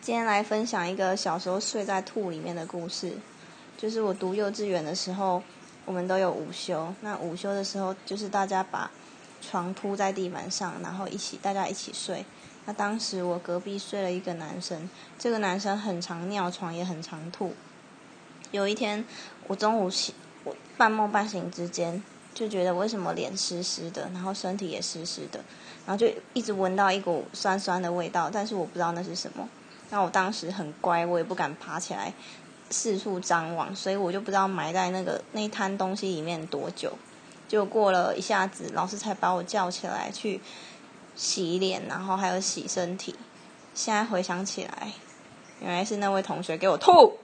今天来分享一个小时候睡在吐里面的故事。就是我读幼稚园的时候，我们都有午休。那午休的时候，就是大家把床铺在地板上，然后大家一起睡。那当时我隔壁睡了一个男生，这个男生很常尿床，也很常吐。有一天，我中午我半梦半醒之间，就觉得为什么脸湿湿的，然后身体也湿湿的，然后就一直闻到一股酸酸的味道，但是我不知道那是什么。那我当时很乖，我也不敢爬起来四处张望，所以我就不知道埋在那一滩东西里面多久。就过了一下子，老师才把我叫起来去洗脸，然后还有洗身体。现在回想起来，原来是那位同学给我吐。